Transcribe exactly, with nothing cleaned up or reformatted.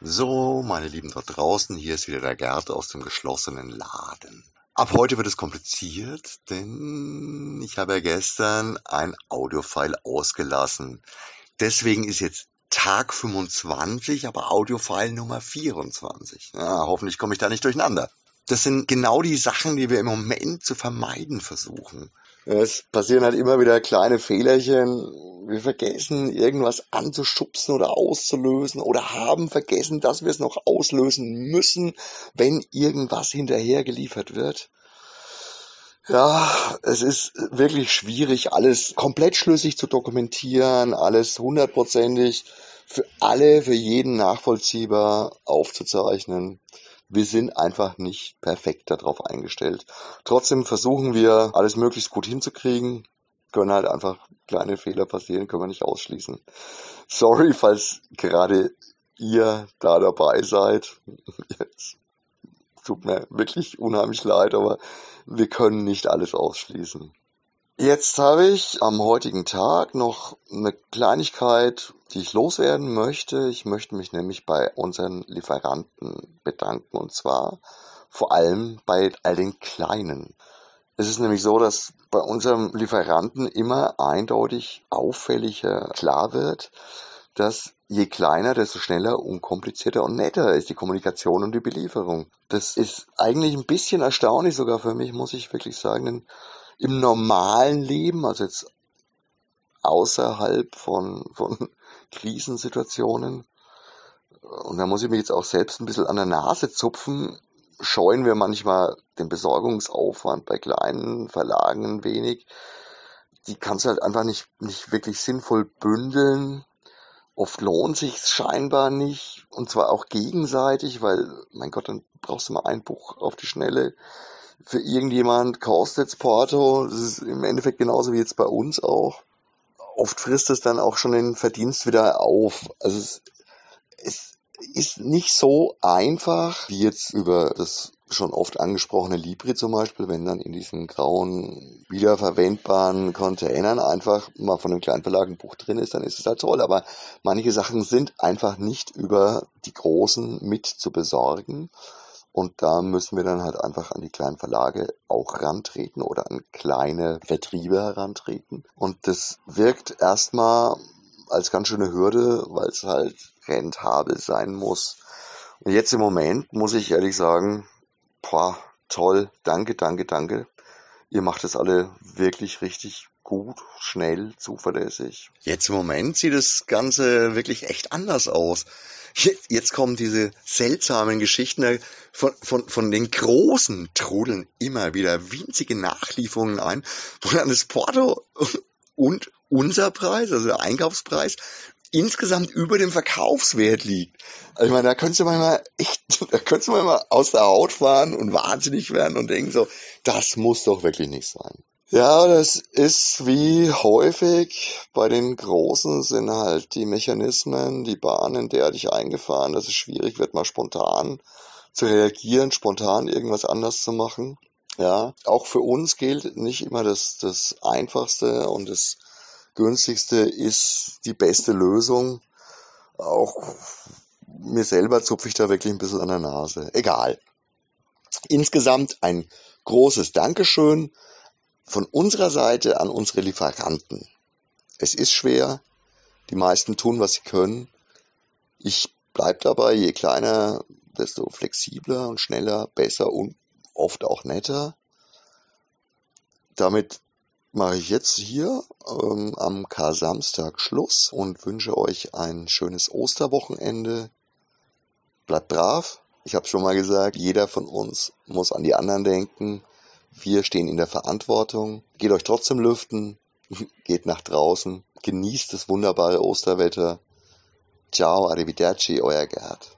So, meine Lieben dort draußen, hier ist wieder der Gerd aus dem geschlossenen Laden. Ab heute wird es kompliziert, denn ich habe ja gestern ein Audiofile ausgelassen. Deswegen ist jetzt Tag fünfundzwanzig, aber Audiofile Nummer vierundzwanzig. Ja, hoffentlich komme ich da nicht durcheinander. Das sind genau die Sachen, die wir im Moment zu vermeiden versuchen. Es passieren halt immer wieder kleine Fehlerchen. Wir vergessen, irgendwas anzuschubsen oder auszulösen oder haben vergessen, dass wir es noch auslösen müssen, wenn irgendwas hinterher geliefert wird. Ja, es ist wirklich schwierig, alles komplett schlüssig zu dokumentieren, alles hundertprozentig für alle, für jeden nachvollziehbar aufzuzeichnen. Wir sind einfach nicht perfekt darauf eingestellt. Trotzdem versuchen wir, alles möglichst gut hinzukriegen. Können halt einfach kleine Fehler passieren, können wir nicht ausschließen. Sorry, falls gerade ihr da dabei seid. Jetzt tut mir wirklich unheimlich leid, aber wir können nicht alles ausschließen. Jetzt habe ich am heutigen Tag noch eine Kleinigkeit, die ich loswerden möchte. Ich möchte mich nämlich bei unseren Lieferanten bedanken, und zwar vor allem bei all den Kleinen. Es ist nämlich so, dass bei unserem Lieferanten immer eindeutig auffälliger klar wird, dass je kleiner, desto schneller, unkomplizierter und netter ist die Kommunikation und die Belieferung. Das ist eigentlich ein bisschen erstaunlich sogar für mich, muss ich wirklich sagen, denn im normalen Leben, also jetzt außerhalb von, von Krisensituationen, und da muss ich mich jetzt auch selbst ein bisschen an der Nase zupfen, scheuen wir manchmal den Besorgungsaufwand bei kleinen Verlagen ein wenig. Die kannst du halt einfach nicht, nicht wirklich sinnvoll bündeln. Oft lohnt sich's scheinbar nicht, und zwar auch gegenseitig, weil, mein Gott, dann brauchst du mal ein Buch auf die Schnelle. Für irgendjemand kostet's Porto, das ist im Endeffekt genauso wie jetzt bei uns auch. Oft frisst es dann auch schon den Verdienst wieder auf. Also es, es ist nicht so einfach, wie jetzt über das schon oft angesprochene Libri zum Beispiel, wenn dann in diesen grauen, wiederverwendbaren Containern einfach mal von einem kleinen Verlag ein Buch drin ist, dann ist es halt toll. Aber manche Sachen sind einfach nicht über die großen mit zu besorgen. Und da müssen wir dann halt einfach an die kleinen Verlage auch rantreten oder an kleine Vertriebe herantreten. Und das wirkt erstmal als ganz schöne Hürde, weil es halt rentabel sein muss. Und jetzt im Moment muss ich ehrlich sagen, boah, toll, danke, danke, danke. Ihr macht das alle wirklich richtig gut, schnell, zuverlässig. Jetzt im Moment sieht das Ganze wirklich echt anders aus. Jetzt, jetzt kommen diese seltsamen Geschichten von, von, von den Großen, trudeln immer wieder winzige Nachlieferungen ein, wo dann das Porto und unser Preis, also der Einkaufspreis, insgesamt über dem Verkaufswert liegt. Also ich meine, da könntest du manchmal echt, da könntest du manchmal aus der Haut fahren und wahnsinnig werden und denken so, das muss doch wirklich nicht sein. Ja, das ist wie häufig bei den Großen sind halt die Mechanismen, die Bahnen derartig eingefahren, dass es schwierig wird, mal spontan zu reagieren, spontan irgendwas anders zu machen. Ja, auch für uns gilt nicht immer das, das Einfachste und das Günstigste ist die beste Lösung. Auch mir selber zupfe ich da wirklich ein bisschen an der Nase. Egal. Insgesamt ein großes Dankeschön von unserer Seite an unsere Lieferanten. Es ist schwer. Die meisten tun, was sie können. Ich bleib dabei, je kleiner, desto flexibler und schneller, besser und oft auch netter. Damit mache ich jetzt hier ähm, am Kar-Samstag Schluss und wünsche euch ein schönes Osterwochenende. Bleibt brav. Ich habe schon mal gesagt, jeder von uns muss an die anderen denken. Wir stehen in der Verantwortung. Geht euch trotzdem lüften. Geht nach draußen. Genießt das wunderbare Osterwetter. Ciao, arrivederci, euer Gerd.